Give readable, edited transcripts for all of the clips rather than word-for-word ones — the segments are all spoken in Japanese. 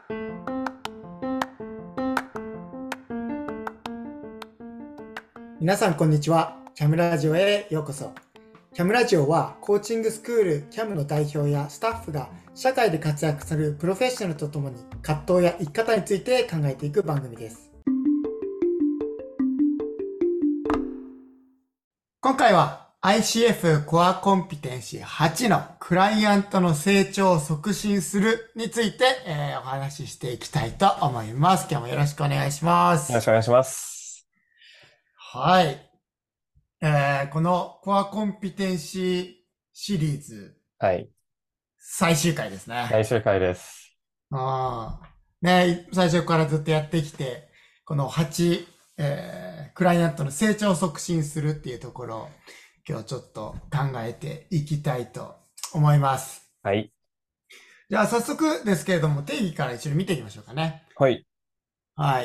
皆さん、こんにちは。キャムラジオへようこそ。キャムラジオは、コーチングスクールキャムの代表やスタッフが社会で活躍するプロフェッショナルとともに葛藤や生き方について考えていく番組です。今回は ICF コアコンピテンシー8のクライアントの成長を促進するについて、お話ししていきたいと思います。今日もよろしくお願いしまよろしす。 くお願いします。 はい。このコアコンピテンシーシリーズはい。 最終回ですね。 最終回です。 最初からずっとやってきて、この8、クライアントの成長を促進するっていうところを今日ちょっと考えていきたいと思います。 はい。 じゃあ早速ですけれども、定義から一緒に見ていきましょうかね。 はい。 はい。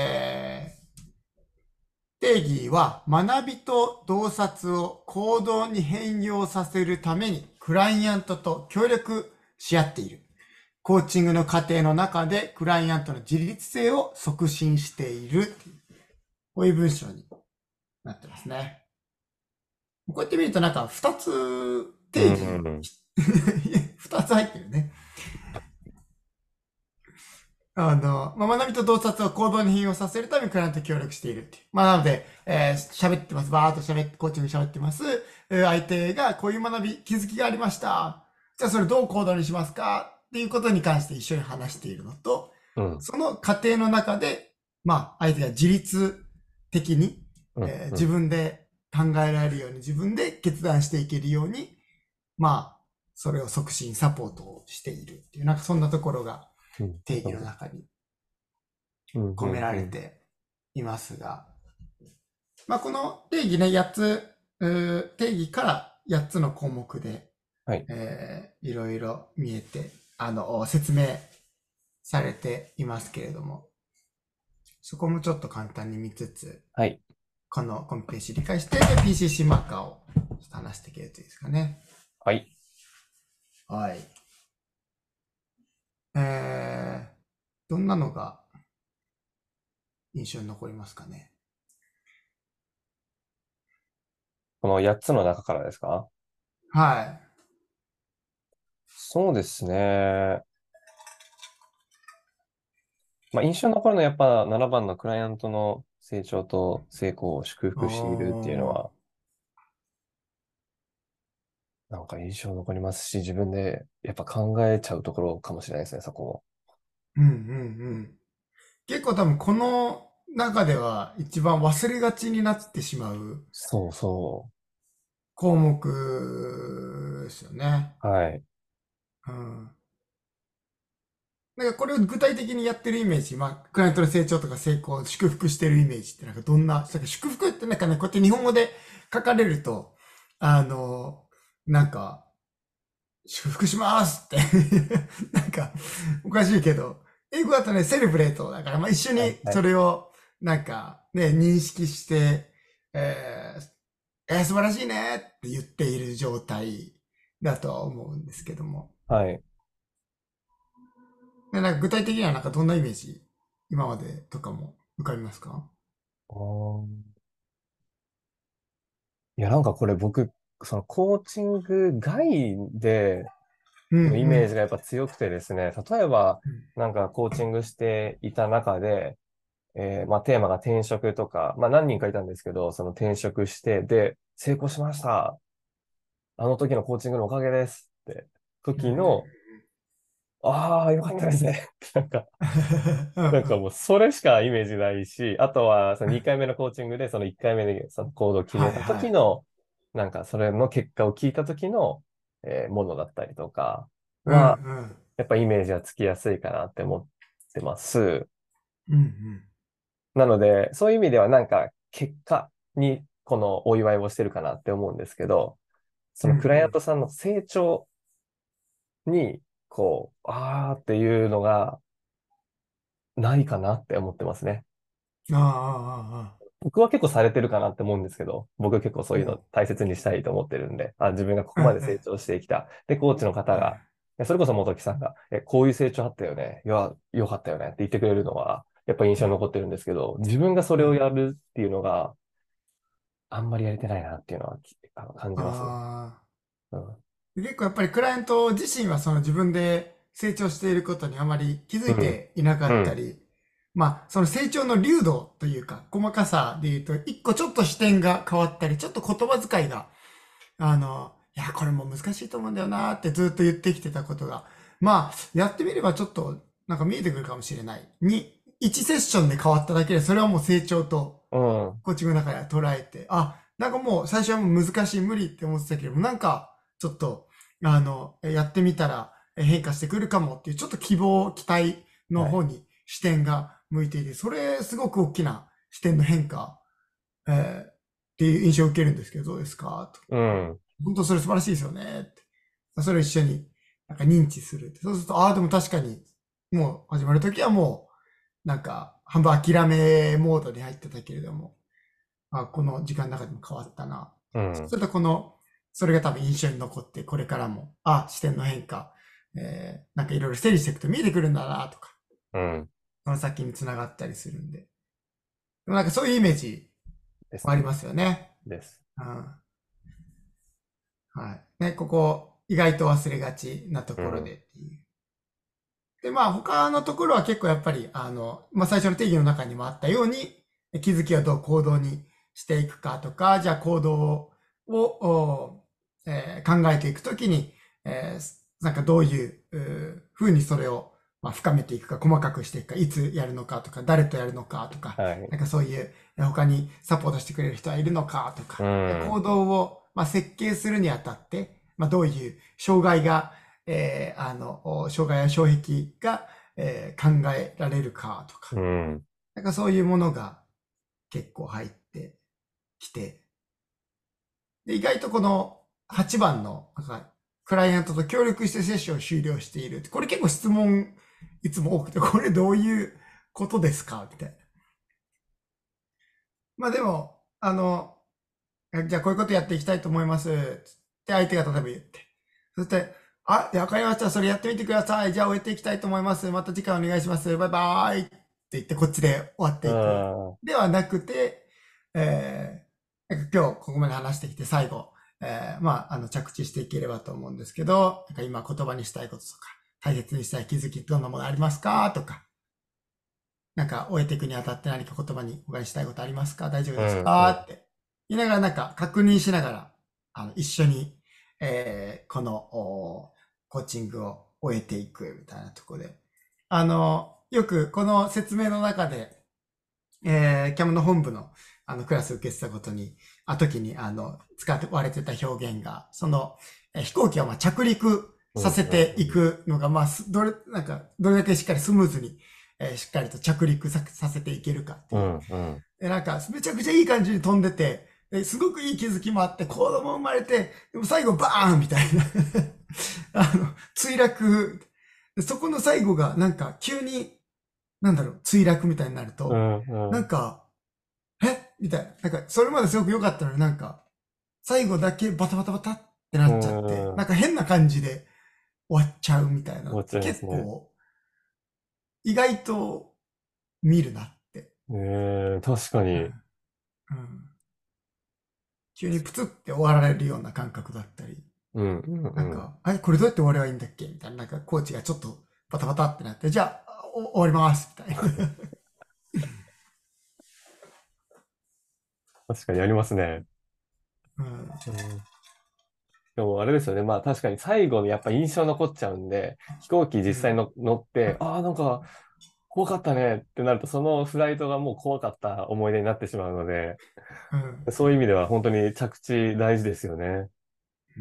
定義は、学びと洞察を行動に変容させるために、クライアントと協力し合っている。コーチングの過程の中で、クライアントの自立性を促進している。こういう文章になってますね。こうやって見るとなんか2つ定義、2つ入ってるね。学びと洞察を行動に変容させるためにクライアントと協力しているっていう。なので、喋ってます。バーっとコーチング喋ってます。相手がこういう学び、気づきがありました。じゃあそれどう行動にしますかっていうことに関して一緒に話しているのと、その過程の中で、相手が自律的に、自分で考えられるように、自分で決断していけるように、それを促進、サポートをしているっていう、なんかそんなところが、定義の中に込められていますが、この定義ね、8つ、定義から8つの項目で、いろいろ見えて、説明されていますけれども、そこもちょっと簡単に見つつ、このコンピテンシー理解して、PCC マーカーをちょっと話していけるといいですかね。 はい。 はい。どんなのが印象に残りますかね。 この8つの中からですか？ はい。 そうですね。印象に残るのはやっぱ7番のクライアントの成長と成功を祝福しているっていうのは、なんか印象に残りますし、自分でやっぱ考えちゃうところかもしれないですね、そこも。 結構多分この中では一番忘れがちになってしまうそうそ項目ですよね。 う。はい。 なんかこれを具体的にやってるイメージ、クライアントの成長とか成功を祝福してるイメージってなんかどんな、祝福ってなんかね、こうやって日本語で書かれると、なんか、祝福しますってなんか、おかしいけど、英語だとね、セレブレートだから、一緒にそれを、なんか、ね、認識して、素晴らしいねって言っている状態だとは思うんですけども。 はい。 なんか具体的にはなんかどんなイメージ、今までとかも浮かびますか？ いや、なんかこれ僕、そのコーチング外でのイメージがやっぱ強くてですね、例えば、なんかコーチングしていた中で、テーマが転職とか、何人かいたんですけど、その転職して、で、成功しました。あの時のコーチングのおかげですって時の、ああ、よかったですね。なんかもうそれしかイメージないし、あとはその2回目のコーチングでその1回目でその行動を決めた時の、なんかそれの結果を聞いた時の、ものだったりとかは、やっぱイメージはつきやすいかなって思ってます。なので、そういう意味ではなんか結果にこのお祝いをしてるかなって思うんですけど、そのクライアントさんの成長に、こう、あーっていうのがないかなって思ってますね。僕は結構されてるかなって思うんですけど、僕結構そういうの大切にしたいと思ってるんで、自分がここまで成長してきた。で、コーチの方が、 それこそ元木さんが、こういう成長あったよね。よかったよねって言ってくれるのは、やっぱ印象に残ってるんですけど、自分がそれをやるっていうのがあんまりやれてないなっていうのは感じますね。 ああ。 うん。 結構やっぱりクライアント自身はその自分で成長していることにあまり気づいうん。 ていなかうん。 ったり、まあその成長の流度というか細かさで言うと一個ちょっと視点が変わったり、ちょっと言葉遣いが、いや、これも難しいと思うんだよなーってずっと言ってきてたことが、まあやってみればちょっとなんか見えてくるかもしれない。1セッションで変わっただけでそれはもう成長とうん。 コーチングの中で捉えて、あ、なんかもう最初はもう難しい、無理って思ってたけども、なんかちょっと、やってみたら変化してくるかもっていう、ちょっと希望、期待のはい。 方に視点が向いていて、それすごく大きな視点の変化、っていう印象を受けるんですけど、どうですかと。 うん。 本当それ素晴らしいですよねって。それを一緒になんか認知するって。そうすると、ああ、でも確かに、もう始まるときはもう、なんか半分諦めモードに入ってたけれども、あ、この時間の中でも変わったな。 うん。 そうするとそれが多分印象に残って、これからも、あ、視点の変化、なんかいろいろ整理していくと見えてくるんだなとか、 うん。 その先に繋がったりするんで。でもなんかそういうイメージですね。 はありますよね。 です。 うん。はい。ね、ここ、意外と忘れがちなところでうん。 っていう。で、まあ他のところは結構やっぱり、まあ最初の定義の中にもあったように、気づきをどう行動にしていくかとか、じゃあ行動を、考えていくときに、なんかどういうふうにそれを、まあ、深めていくか、細かくしていくか、いつやるのかとか、誰とやるのかとか、 はい。 なんかそういう他にサポートしてくれる人はいるのかとうか、行ん。 動を、まあ、設計するにあたって、まあ、どういう障害が障害や障壁が、考えられるかとか、 うん。 なんかそういうものが結構入ってきて、で、意外とこの8番の、なんか、クライアントと協力してセッションを終了している。これ結構質問いつも多くて、これどういうことですかみたいな。まあでも、じゃあこういうことやっていきたいと思います。つって相手が例えば言って。そして、あ、わかりました。それやってみてください。じゃあ終えていきたいと思います。また次回お願いします。バイバーイって言ってこっちで終わってういく。 ん。 ではなくて、なんか今日ここまで話してきて最後、まあ、着地していければと思うんですけど、なんか今言葉にしたいこととか、大切にしたい気づきどんなものありますかとか、なんか終えていくにあたって何か言葉にお返ししたいことありますか大丈夫ですうん。うん。 かって言いながらなんか確認しながら、一緒に、このコーチングを終えていくみたいなところで。よくこの説明の中で、キャムの本部のクラス受けてたことに、時に使われてた表現が、その、飛行機をまあ着陸うん。 させていくのが、まあ、なんか、どれだけしっかりスムーズに、しっかりと着陸させていけるかっていう。 うん。うん。 なんか、めちゃくちゃいい感じに飛んでて、すごくいい気づきもあって、子供生まれて、でも最後バーンみたいな墜落。そこの最後が、なんか、急に、なんだろう、墜落みたいになると、 うん。うん。 なんか、みたいな。なんか、それまですごく良かったのになんか、最後だけバタバタバタってなうっちゃって、なんん。 か変な感じで終わっちゃうみたいなの終わっちってゃいますね。 結構、意外と見るなって。 確かに。 うん。急にプツって終わられるような感覚だったり、 うん。うん。うん。 なんか、これどうやって終わればいいんだっけみたいな、なんかコーチがちょっとバタバタってなって、じゃあ、終わりますみたいな。 確かにありますね。 うん。 うん。でもあれですよね。まあ確かに最後にやっぱ印象残っちゃうんで、飛行機実際うん。 の乗って、ああ、なんか怖かったねってなると、そのフライトがもう怖かった思い出になってしまうので、 うん。 そういう意味では本当に着地大事ですよね。 うん。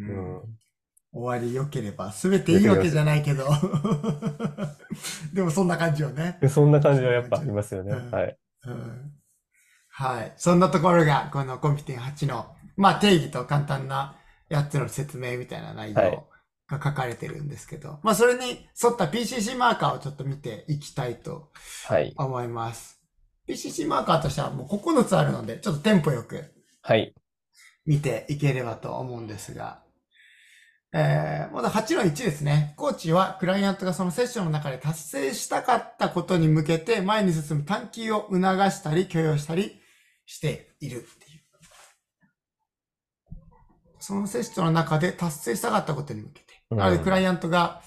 うん。 終わり良ければ全ていいわけじよければし、 ゃないけどでもそんな感じよね。 そんな感じそんはやっぱあな感じよね。 りますよね。はい。 うん。はい。そんなところが、このコンピテン8の、まあ定義と簡単な8つの説明みたいな内はい。 容が書かれてるんですけど、まあそれに沿った PCC マーカーをちょっと見ていきたいとはい。 思います。PCC マーカーとしてはもう9つあるので、ちょっとテンポよくはい。 見ていければと思うんですが、 まだ8の1ですね。コーチはクライアントがそのセッションの中で達成したかったことに向けて前に進む探求を促したり許容したりしているっていう。そのセッションの中で達成したかったことに向けて。なのでクライアントが、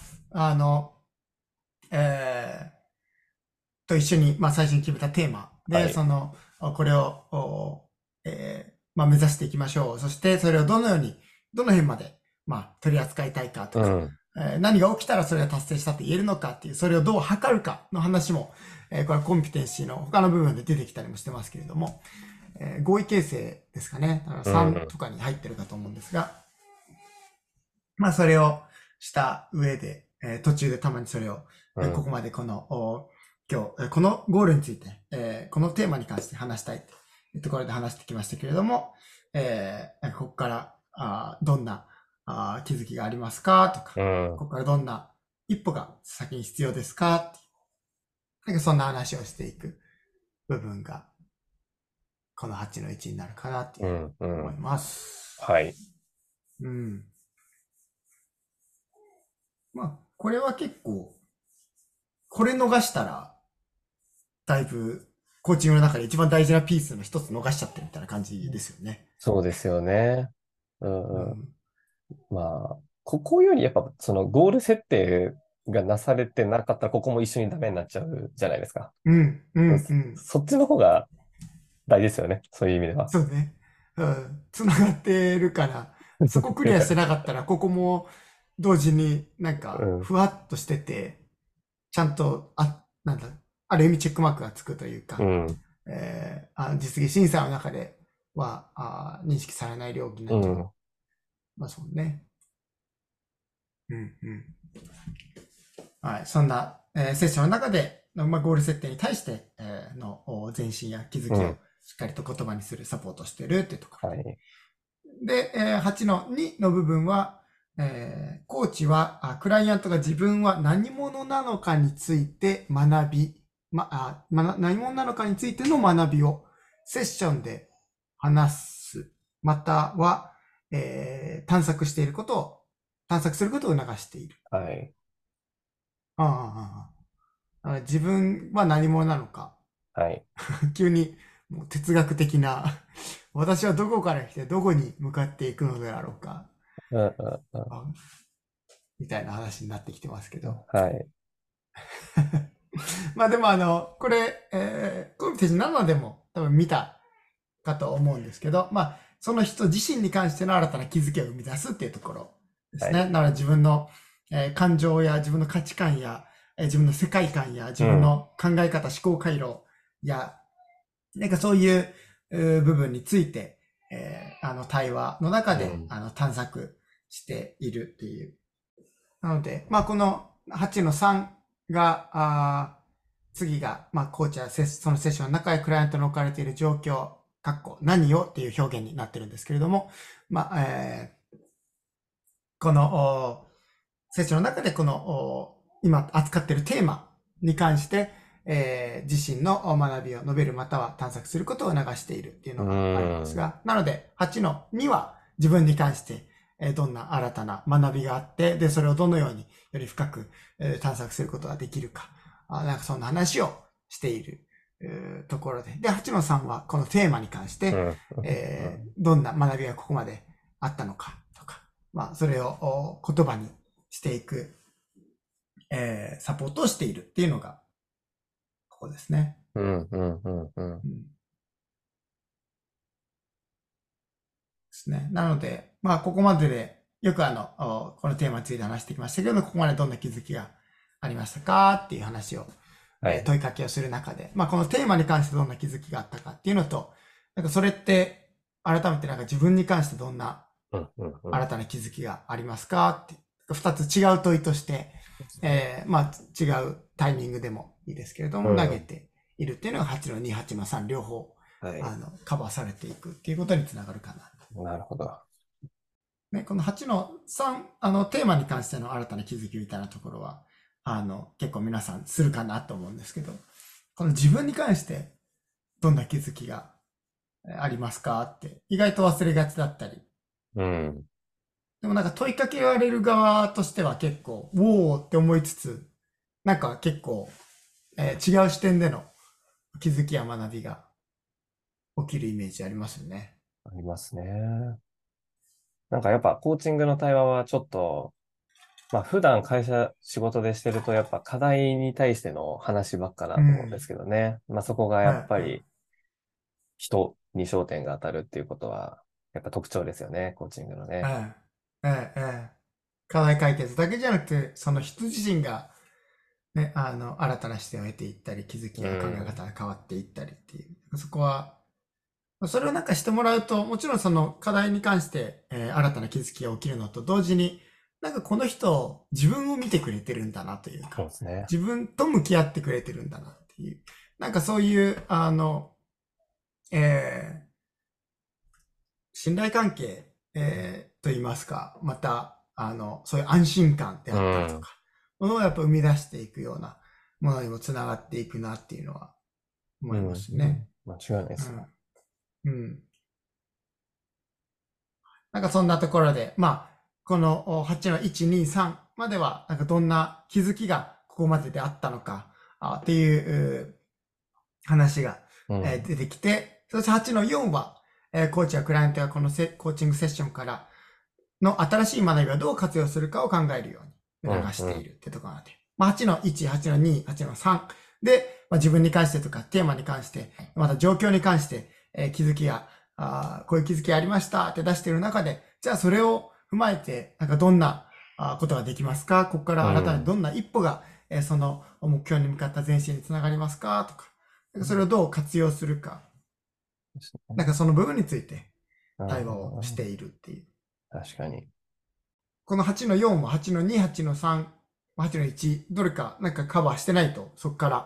と一緒に、最初に決めたテーマで、これを、目指していきましょう。そしてそれをどの辺まで、取り扱いたいかとか、何が起きたらそれが達成したって言えるのかっていう、それをどう測るかの話も、これコンピテンシーの他の部分で出てきたりもしてますけれども、合意形成ですかね。3とかに入ってるかと思うんですが、それをした上で、途中でたまにそれを、ここまで今日、このゴールについて、このテーマに関して話したいというところで話してきましたけれども、ここからどんな気づきがありますかとか、ここからどんな一歩が先に必要ですかっていう、そんな話をしていく部分が、この8の1になるかなっていう思います。 はい。 これは結構、これ逃したら、だいぶ、コーチングの中で一番大事なピースの一つ逃しちゃってるみたいな感じですよね。 そうですよね。ここよりやっぱそのゴール設定がなされてなかったらここも一緒にダメになっちゃうじゃないですか。そっちの方が大事ですよね。そういう意味では。 そうね。つながってるから、そこクリアしてなかったら、ここも同時になんかふわっとしてて、ちゃんと、ある意味チェックマークがつくというか、実現審査の中では認識されない領域になっちゃう。そうね。はい。そんな、セッションの中で、ゴール設定に対して、の前進や気づきをしっかりと言葉にするサポートしてるっていうところ。で、8の2の部分は、コーチは、クライアントが自分は何者なのかについて学び、何者なのかについての学びをセッションで話す、または、探索することを促している。 はい。 自分は何者なのか。 はい。 急にもう哲学的な私はどこから来てどこに向かっていくのであろうか。みたいな話になってきてますけど。 はい。 でもこれ、コンピテーション生でも多分見たかと思うんですけど、その人自身に関しての新たな気づきを生み出すっていうところですね。なので自分の、感情や自分の価値観や、自分の世界観や自分の考え方、思考回路や、なんかそういう部分について、対話の中で、探索しているっていう。なので、この8の3が、次が、コーチはそのセッションの中でクライアントの置かれている状況、何をっていう表現になってるんですけれども、このセッションの中でこの今扱っているテーマに関して、自身の学びを述べるまたは探索することを促しているっていうのがありますが、なので8の2は自分に関してどんな新たな学びがあって、で、それをどのようにより深く探索することができるか、なんかそんな話をしているところで。で、8の3はこのテーマに関して、どんな学びがここまであったのかとか、それを言葉にしていく、サポートをしているっていうのが、ここですね。ですね。なので、ここまでで、よくこのテーマについて話してきましたけど、ここまでどんな気づきがありましたかっていう話を、問いかけをする中で、このテーマに関してどんな気づきがあったかっていうのと、なんかそれって、改めてなんか自分に関してどんな新たな気づきがありますかって、二つ違う問いとして、違うタイミングでもいいですけれども、投げているっていうのが8の2、8の3両方、カバーされていくっていうことにつながるかな。 なるほど。 ね、この8の3、テーマに関しての新たな気づきみたいなところは、結構皆さんするかなと思うんですけど、この自分に関してどんな気づきがありますかって、意外と忘れがちだったりでもなんか問いかけられる側としては結構、おーって思いつつ、なんか結構、違う視点での気づきや学びが起きるイメージありますよね。 ありますね。なんかやっぱコーチングの対話はちょっと、まあ普段会社仕事でしてるとやっぱ課題に対しての話ばっかうなと思うんですん。 けどね。まあそこがやはい、 っぱはい。 り人に焦点が当たるっていうことは、やっぱ特徴ですよね、コーチングのね。 ええ、ええ、ええ。課題解決だけじゃなくて、その人自身がね、新たな視点を得ていったり、気づきうや考えん。 方が変わっていったりっていう。そこは、それをなんかしてもらうと、もちろんその課題に関して、新たな気づきが起きるのと同時に、なんかこの人、自分を見てくれてるんだなというか、 そうですね。 自分と向き合ってくれてるんだなっていう、なんかそういう、え信頼関係、と言いますか、また、そういう安心感でうあったりとん。 か、ものをやっぱ生み出していくようなものにもつながっていくなっていうのは思いまうん。 すね。 間違いないですね。 うん。うん。なんかそんなところで、まあ、この8の1、2、3までは、なんかどんな気づきがここまでであったのか、っていう話が、 うん。 出てきて、そして8の4は、コーチやクライアントがこのコーチングセッションからの新しい学びをどう活用するかを考えるようにうん。 促していうん。 るってところなので、まあ、8の1、8の2、8の3で、まあ、自分に関してとかテーマに関して、また状況に関して、気づきが、こういう気づきありましたって出している中で、じゃあそれを踏まえて、なんかどんなことができますか、ここから新たにどんな一歩が、その目標に向かった前進につながりますかとか、それをどう活用するか、 ですね。 なんかその部分についてうん。 対話をうん。 しているっていう。 確かに。 この8の4も8の2、8の3、8の1、どれかなんかカバーしてないと、そこから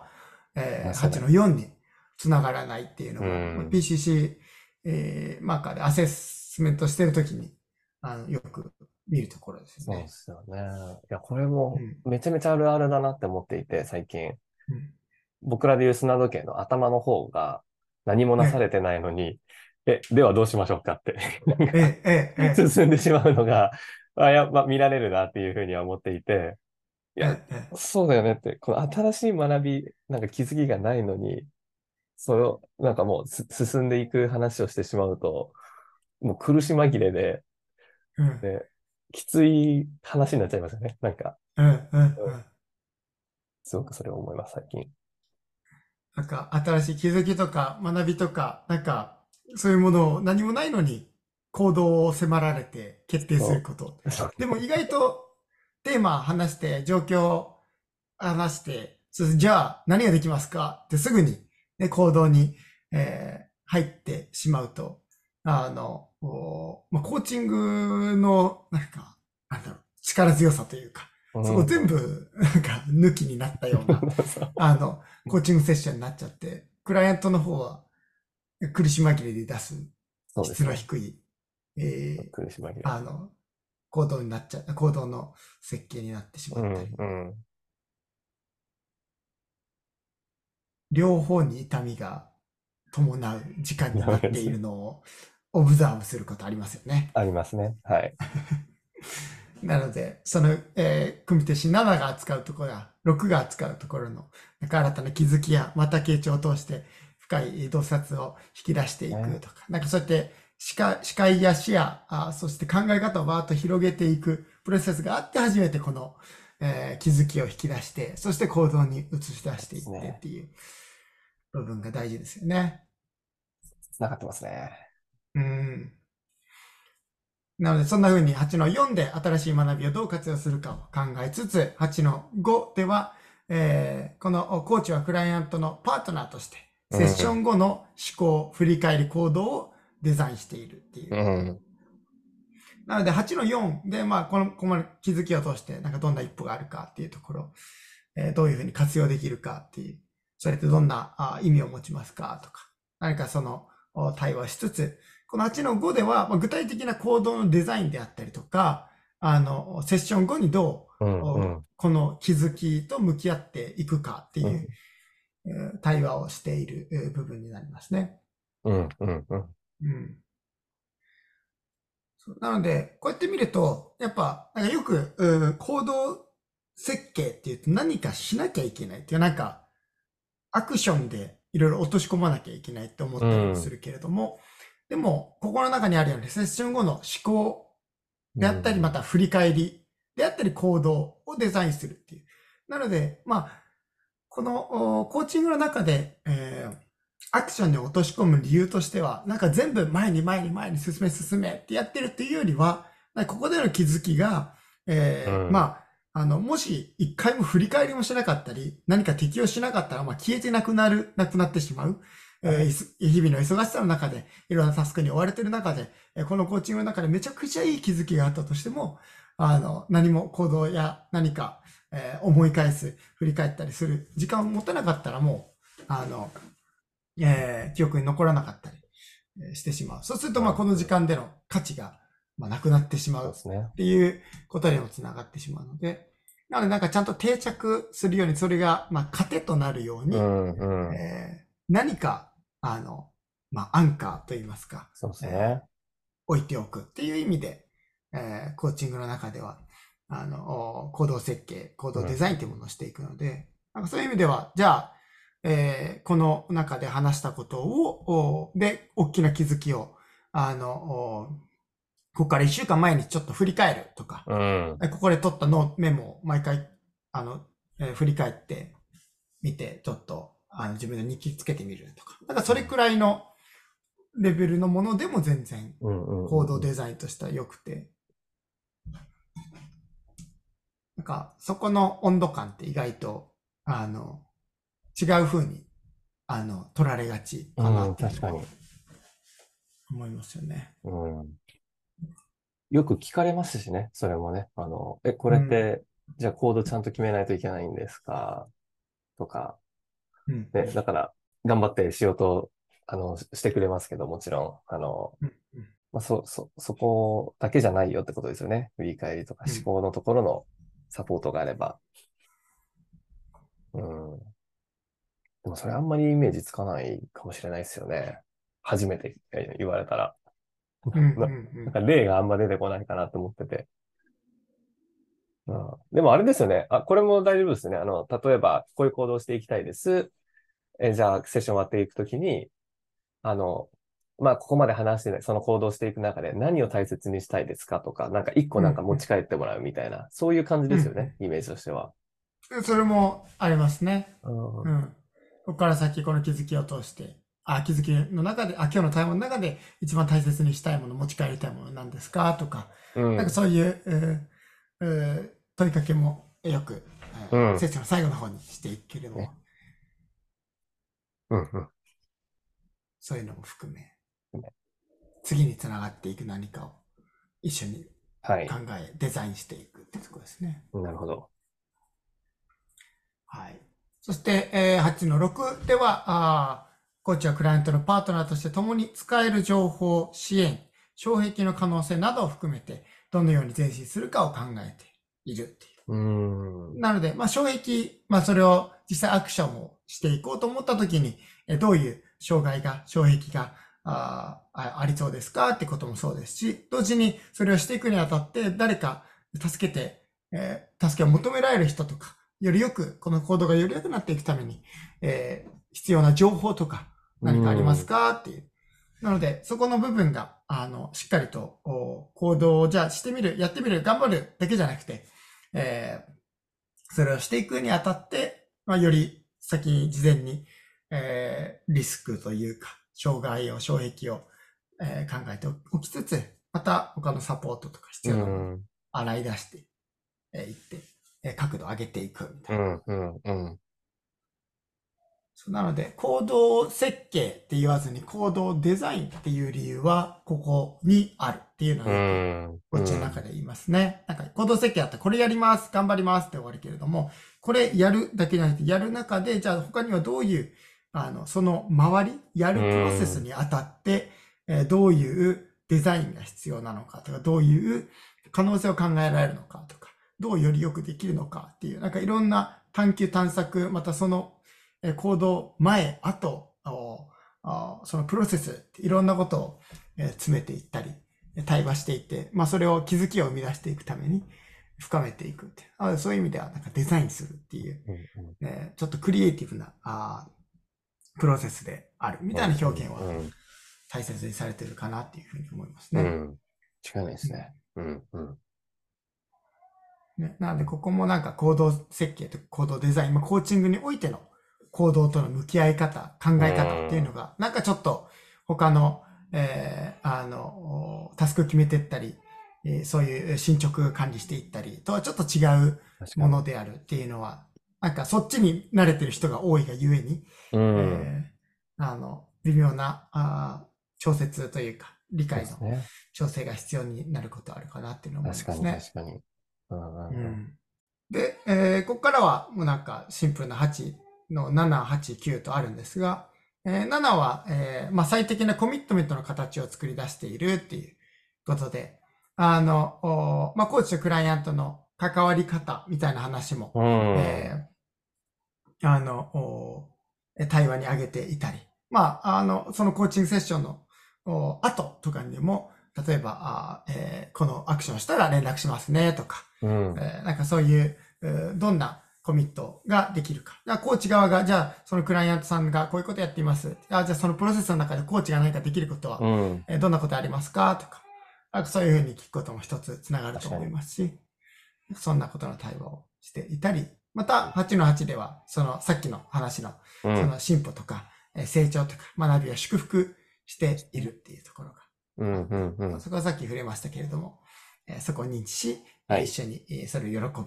、8の出せない。 4につながらないっていうのうが、 ん。 PCC、マーカーでアセスメントしてるときに、よく見るところですよそうでね。 すよね。いや、これもうん。 めちゃめちゃあるあるだなって思っていて、最近。 うん。 僕らでいう砂時計の頭の方が何もなされえてないのに、ではどうしましょうかって、なんえ、 かええ、え進んでしまうのが、やっぱ見られるなっていうふうには思っていて、いえ、 や、 ええ、 そうだよねって、この新しい学び、なんか気づきがないのに、それを、なんかもう進んでいく話をしてしまうと、もう苦し紛れで、 うん、 で、きつい話になっちゃいますよね。なんか、 うん、うん、 うん、 うん。 すごくそれを思います、最近。 なんか新しい気づきとか学びとか、なんかそういうものを何もないのに行動を迫られて決定するそこと。 う。そう。 でも意外とテーマ話して、状況を話して、じゃあ何ができますかってすぐに、ね、行動に、入ってしまうと、まあ、コーチングの、なんか、なんだろう、力強さというか、 うそこ全ん。 部、なんか、抜きになったような、 そう。 あの、コーチングセッションになっちゃって、クライアントの方は苦し紛れで出す質そうですね。 の低い、えー苦し紛れ。 あの、行動の設計になってしまったり、 うん、うん。 両方に痛みが伴う時間にダなっているメです。 のをオブザーブすることありますよね。 ありますね。はい。 なので、その、組手詞7が扱うところや6が扱うところの、なんか新たな気づきや、また傾聴を通して深い洞察を引き出していくね。 とか、なんかそうやって視界や視野、そして考え方をバーッと広げていくプロセスがあって初めてこの、気づきを引き出して、そして行動に移し出そうしていっですね。 てっていう部分が大事ですよね。 繋がってますね。 うん。なので、そんな風に8の4で新しい学びをどう活用するかを考えつつ、8の5では、このコーチはクライアントのパートナーとして、セッショうん。 ン後の思考、振り返り行動をデザインしているっていう。 うん。 なので、8の4で、まあ、この気づきを通して、なんかどんな一歩があるかっていうところ、どういうふうに活用できるかっていう、それってどんな意味を持ちますかとか、何かその対話しつつ、この8の5では、まあ、具体的な行動のデザインであったりとか、セッション後にどう、 うん。うん。 この気づきと向き合っていくかっていう、対話をしている部分になりますね。 うん。うん。うん。 うん。 なので、こうやって見ると、やっぱ、なんかよく、行動設計っていうと何かしなきゃいけないっていう、なんか、アクションでいろいろ落とし込まなきゃいけないって思ったりもするけれども、でも、ここの中にあるように、セッション後の思考であったり、また振り返りであったり、行動をデザインするっていう。なので、このコーチングの中で、アクションに落とし込む理由としては、なんか全部前に前に前に進めってやってるっていうよりは、ここでの気づきが、もし一回も振り返りもしなかったり、何か適用しなかったら、消えてなくなってしまう。日々の忙しさの中で、いろんなタスクに追われている中で、このコーチングの中でめちゃくちゃいい気づきがあったとしても、何も行動や何か、思い返す、振り返ったりする時間を持たなかったらもう、記憶に残らなかったりしてしまう。そうすると、この時間での価値が、なくなってしまうっていうことにもつながってしまうので、なのでなんかちゃんと定着するように、それが、糧となるように、何か、アンカーといいますか、 そうですね。 置いておくっていう意味で、コーチングの中では、行動設計、行動デザインというものをしていくので、なんかそういう意味では、じゃあ、この中で話したことを、で、大きな気づきを、ここから1週間前にちょっと振り返るとか、ここで取ったメモを毎回、振り返ってみて、ちょっと、自分で日記つけてみるとか。なんかそれくらいのレベルのものでも全然、行動デザインとしては良くて。なんか、そこの温度感って意外と、違う風に、取られがちかなって確かに思いますよね。 よく聞かれますしね、それもね。これって、じゃあコードちゃんと決めないといけないんですかとか。ね、だから、頑張ってしようと、してくれますけど、もちろん。そこだけじゃないよってことですよね。振り返りとか思考のところのサポートがあれば。でもそれあんまりイメージつかないかもしれないですよね。初めて言われたら。なんか例があんま出てこないかなと思ってて。でもあれですよね。これも大丈夫ですね。例えば、こういう行動をしていきたいです。じゃあ、セッション終わっていくときに、ここまで話してない、その行動していく中で何を大切にしたいですかとか、なんか一個なんか持ち帰ってもらうみたいな、そういう感じですよね、イメージとしては。 それもありますね。ここから先この気づきを通して、気づきの中で、今日のタイムの中で一番大切にしたいもの、持ち帰りたいものなんですかとか、なんかそういう、問いかけもよく、セッションの最後の方にしていくけれども、そういうのも含め、次につながっていく何かを一緒に考え、デザインしていくってところですね。 なるほど。 はい。そして、8の6では、コーチはクライアントのパートナーとして共に使える情報、支援、障壁の可能性などを含めて、どのように前進するかを考えているっていう。なので、障壁、それを実際アクションをしていこうと思ったときに、どういう障害が、障壁がありそうですかってこともそうですし、同時にそれをしていくにあたって誰か助けを求められる人とか、よりよく、この行動がより良くなっていくために、必要な情報とか何かありますかっていう。なので、そこの部分が、しっかりと行動をじゃあしてみる、やってみる、頑張るだけじゃなくて、それをしていくにあたって、より先に事前に、リスクというか、障害を、障壁を、考えておきつつ、また他のサポートとか必要なものを洗い出していって、角度を上げていくみたいな。なので、行動設計って言わずに行動デザインっていう理由はここにあるっていうのをよくこっちの中で言いますね。なんか行動設計だったらこれやります、頑張りますって終わるけれども、これやるだけじゃなくてやる中で、じゃあ他にはどういう、その周り、やるプロセスにあたって、どういうデザインが必要なのかとか、どういう可能性を考えられるのかとか、どうよりよくできるのかっていう、なんかいろんな探求探索、またその行動前、後、そのプロセス、いろんなことを詰めていったり対話していって、まあそれを気づきを生み出していくために深めていくって。そういう意味ではなんかデザインするっていう、ちょっとクリエイティブなプロセスであるみたいな表現は大切にされてるかなっていうふうに思いますね。 違いないですね。 なので、ここもなんか行動設計と行動デザイン、コーチングにおいての行動との向き合い方、考え方っていうのが、なんかちょっと他の、タスク決めていったり、そういう進捗管理していったりとはちょっと違うものであるっていうのは、なんかそっちに慣れてる人が多いがゆえに、微妙な調節というか、理解の調整が必要になることはあるかなっていうのを思いますね。 確かに。 で、ここからはもうなんかシンプルな8の7、8、9とあるんですが、7は、最適なコミットメントの形を作り出しているっていうことで、コーチとクライアントの関わり方みたいな話も、対話に挙げていたり、そのコーチングセッションの後とかにも、例えば、このアクションしたら連絡しますねとか、なんかそういう、どんなコミットができるか。コーチ側が、じゃあ、そのクライアントさんがこういうことやっています。じゃあ、そのプロセスの中でコーチが何かできることは、どんなことありますかとか、そういうふうに聞くことも一つつながると思いますし、そんなことの対話をしていたり、また、8の8では、その、さっきの話の、その進歩とか、成長とか、学びを祝福しているっていうところが、そこはさっき触れましたけれども、そこを認知し、一緒にそれを喜ぶ。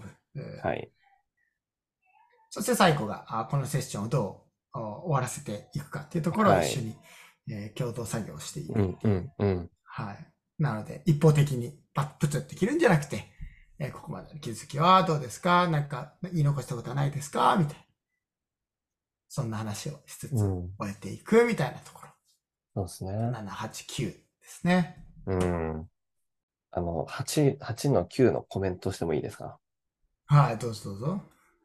そして最後が、このセッションをどう終わらせていくかっていうところを一緒に、共同作業している。なので、一方的にプツって切るんじゃなくて、ここまでの気づきはどうですか？なんか言い残したことはないですか？みたいな。そんな話をしつつ終えていくみたいなところ。そうですね。 7、8、9ですね。 8の9のコメントしてもいいですか？ はい、どうぞどうぞ。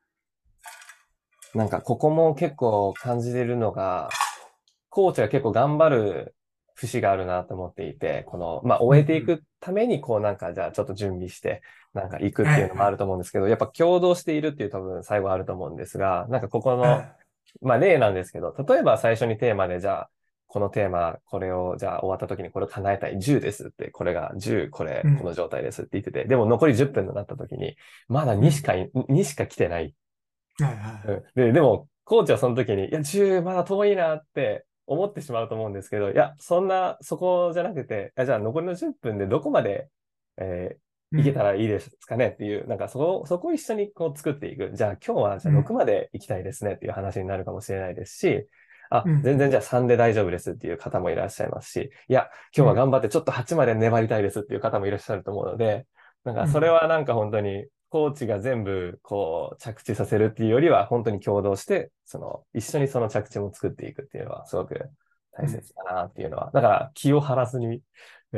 なんかここも結構感じてるのが、コーチが結構頑張る節があるなと思っていて、この、終えていくために、こうなんか、じゃあちょっと準備して、なんか行くっていうのもあると思うんですけど、やっぱ共同しているっていう多分最後あると思うんですが、なんかここの、例なんですけど、例えば最初にテーマで、じゃあ、このテーマ、これを、じゃあ終わった時にこれを叶えたい10ですって、これが10、この状態ですって言ってて、でも残り10分になった時に、まだ2しか来てない。でも、コーチはその時に、いや、10まだ遠いなって思ってしまうと思うんですけど、いや、そこじゃなくて、じゃあ残りの10分でどこまで、いけたらいいですかねっていう、なんかそこを一緒にこう作っていく。じゃあ今日はじゃあ6まで行きたいですねっていう話になるかもしれないですし、全然じゃあ3で大丈夫ですっていう方もいらっしゃいますし、いや、今日は頑張ってちょっと8まで粘りたいですっていう方もいらっしゃると思うので、なんかそれはなんか本当にコーチが全部こう着地させるっていうよりは本当に共同して、一緒にその着地も作っていくっていうのはすごく大切だなっていうのは、だから気を張らずに、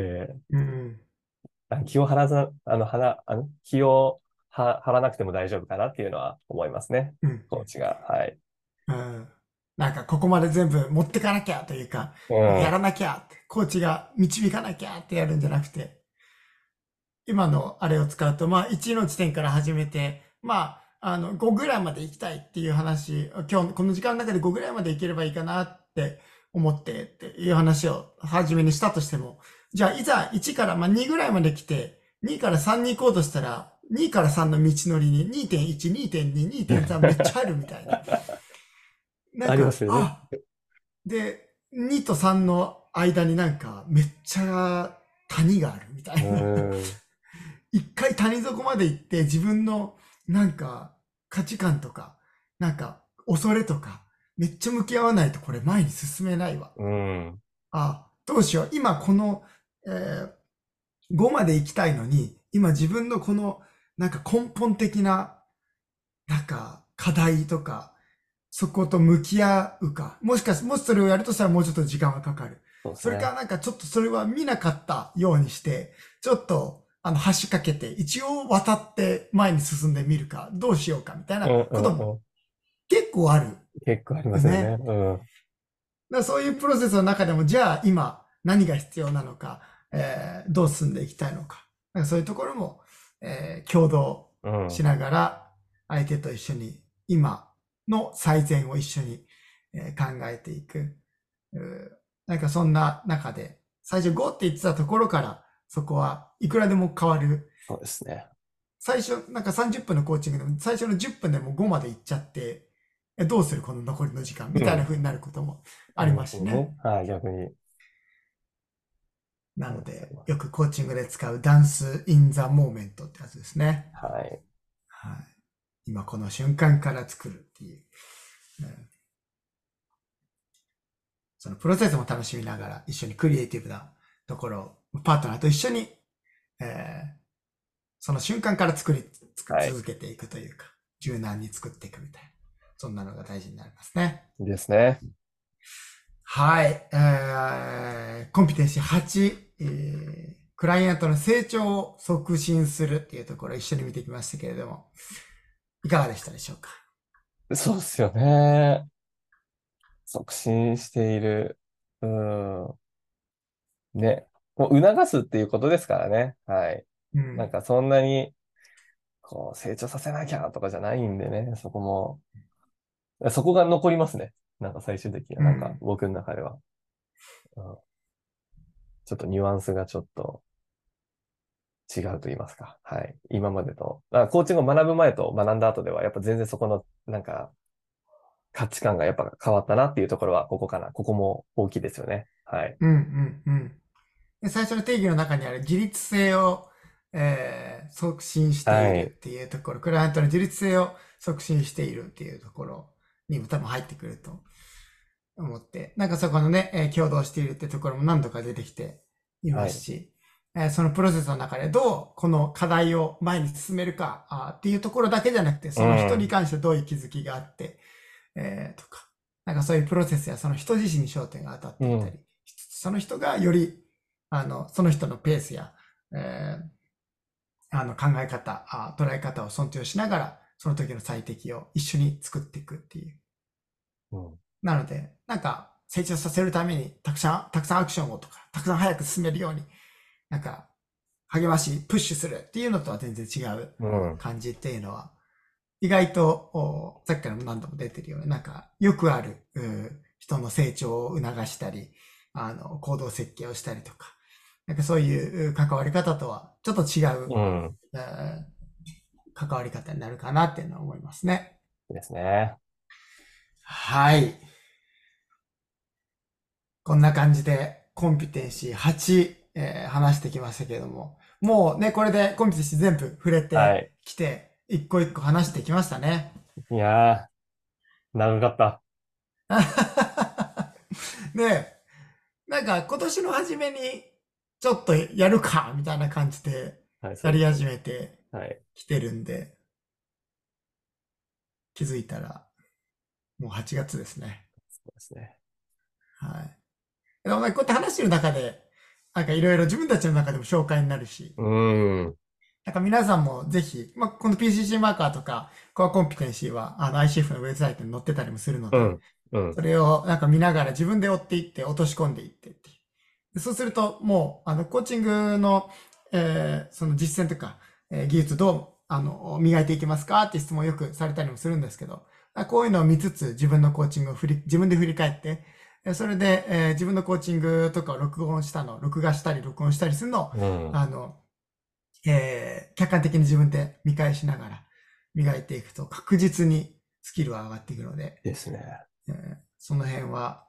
気を張らず、気を張らなくても大丈夫かなっていうのは思いますね。コーチが。はい。 なんかここまで全部持ってかなきゃというか、やらなきゃって、コーチが導かなきゃってやるんじゃなくて、今のあれを使うと、1の地点から始めて、5ぐらいまで行きたいっていう話、今日この時間の中で5ぐらいまで行ければいいかなって思ってっていう話を初めにしたとしても、じゃあいざ1から2ぐらいまで来て、2から3に行こうとしたら、2から3の道のりに 2.1、2.2、2.3めっちゃあるみたいな。 ありますよね。 で、2と3の間になんかめっちゃ谷があるみたいな。一回谷底まで行って自分のなんか価値観とか、なんか恐れとか、めっちゃ向き合わないとこれ前に進めないわ。どうしよう。今この、5まで行きたいのに、今自分のこのなんか根本的ななんか課題とか、そこと向き合うか。もしそれをやるとしたらもうちょっと時間がかかる。それからなんかちょっとそれは見なかったようにして、ちょっと橋かけて、一応渡って前に進んでみるか、どうしようかみたいなことも結構ある。 結構ありますよね。 そういうプロセスの中でも、じゃあ今何が必要なのか、 どう進んでいきたいのか。なんかそういうところも、共同しながら、相手と一緒に今の最善を一緒に、考えていく。なんかそんな中で、最初5って言ってたところから、そこはいくらでも変わる。 そうですね。 最初、なんか30分のコーチングでも、最初の10分でも5まで行っちゃって、どうするこの残りの時間みたいな風になることもありますしね。 はい、逆に。 なので、よくコーチングで使うダンス・イン・ザ・モーメントってやつですね。 はい。 はい。今この瞬間から作るっていう。そのプロセスも楽しみながら、一緒にクリエイティブなところを、パートナーと一緒に、その瞬間から続けていくというか、柔軟に作っていくみたいな。そんなのが大事になりますね。 ですね。 はい。コンピテンシー8、クライアントの成長を促進するっていうところを一緒に見てきましたけれども、いかがでしたでしょうか？ そうですよね。促進している。うん。ね。もう促すっていうことですからね。はい。 うん。 なんかそんなに、成長させなきゃとかじゃないんでね、そこも。そこが残りますね。なんか最終的には、なんかうん。 僕の中では。うん、ちょっとニュアンスがちょっと違うと言いますか。はい。今までと。コーチングを学ぶ前と学んだ後では、やっぱ全然そこの、なんか、価値観がやっぱ変わったなっていうところは、ここかな。ここも大きいですよね。はい。 うん。うん。うん。で最初の定義の中にある自立性を、促進していはい。 るっていうところ、クライアントの自立性を促進しているっていうところにも多分入ってくると思って、なんかそこのね、共同しているってところも何度か出てきていまはい。 すし、そのプロセスの中でどうこの課題を前に進めるかっていうところだけじゃなくて、 うその人にん。 関してどういう気づきがあって、とか、なんかそういうプロセスやその人自身に焦点が当たっていたうん。 り、その人がより、その人のペースや、考え方捉え方を尊重しながら、その時の最適を一緒に作っていくっていう。 うん。 なので、なんか、成長させるために、たくさんアクションをとか、たくさん早く進めるように、なんか、励まし、プッシュするっていうのとは全然違ううん。 感じっていうのは、意外と、さっきからも何度も出てるような、なんか、よくある、人の成長を促したり、行動設計をしたりとか、なんかそういう関わり方とは、ちょっと違う、 うん。 関わり方になるかなっていうのは思いますね。 ですね。 はい。こんな感じで、コンピテンシー8、話してきましたけれども、もうね、これでコンピテンシー全部触れてはい。 きて、一個一個話してきましたね。 いやー、長かった。 ね、なんか今年の初めにちょっとやるかみたいな感じではい、そやりうですね。 始めてはい。 きてるんで、気づいたらもう8月ですね。 そうですね。 はい。でもなんかこうやって話してる中で、なんかいろいろ自分たちの中でも紹介になるし、 うーん。 なんか皆さんもぜひ、まあ、この PCC マーカーとか、コアコンピテンシーはICF のウェブサイトに載ってたりもするので、 うん。うん。 それをなんか見ながら自分で追っていって落とし込んでいってっていう。そうすると、もう、コーチングの、その実践とか、技術どう、磨いていきますかって質問をよくされたりもするんですけど、こういうのを見つつ自分のコーチングを自分で振り返って、それで、自分のコーチングとかを録画したり録音したりするのを、 うん。 客観的に自分で見返しながら磨いていくと確実にスキルは上がっていくので、 ですね。 その辺は、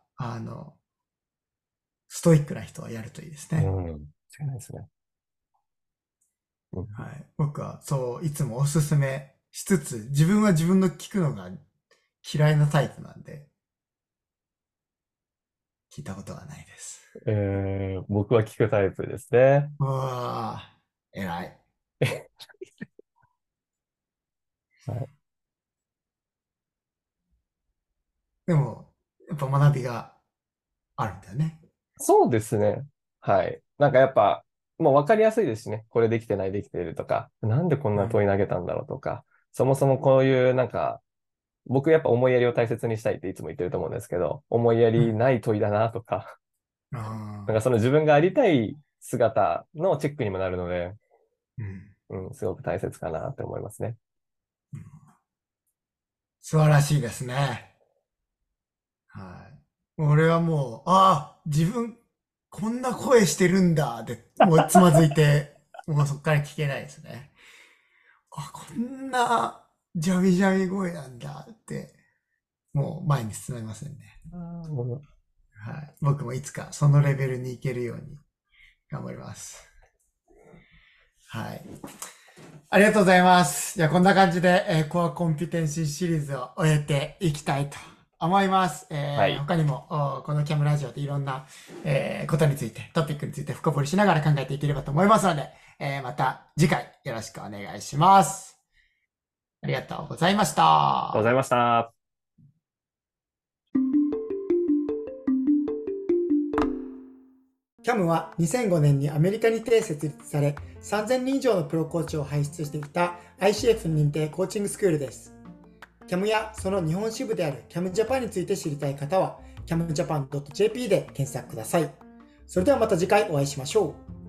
ストイックな人はやるといいですうね。 ん。違いないですね。うん。 はい。僕はそう、いつもおすすめしつつ、自分は自分の聞くのが嫌いなタイプなんで、聞いたことがないです。 僕は聞くタイプですね。 うわー、偉い。 はい。 でも、やっぱ学びがあるんだよね。 そうですね。はい。なんかやっぱ、もう分かりやすいですしね。これできてない、できているとか、なんでこんうん。 な問い投げたんだろうとか、そもそもこういうなんか、僕やっぱ思いやりを大切にしたいっていつも言ってると思うんですけど、思いやうん。 りない問いだなとか、 あなんかその自分がありたい姿のチェックにもなるので、 うんすごく大切かなって思いますね。 素晴らしいですね。はい。俺はもう、自分、こんな声してるんだ、で、もうつまずいて、もうそっから聞けないですね。こんな、ジャミジャミ声なんだって、もう前に進めませんね。はい。僕もいつかそのレベルに行けるように頑張ります。はい。ありがとうございます。じゃあこんな感じで、コアコンピテンシーシリーズを終えていきたいと思います。 はい。 他にも、このキャムラジオでいろんな、ことについて、トピックについて深掘りしながら考えていければと思いますので、また次回よろしくお願いします。ありがとうございましありがとうござた。 いました。 CAM は2005年にアメリカにて設立され、3000人以上のプロコーチを輩出してきた ICF 認定コーチングスクールです。CAM やその日本支部である CAM Japan について知りたい方は camjapan.jp で検索ください。それではまた次回お会いしましょう。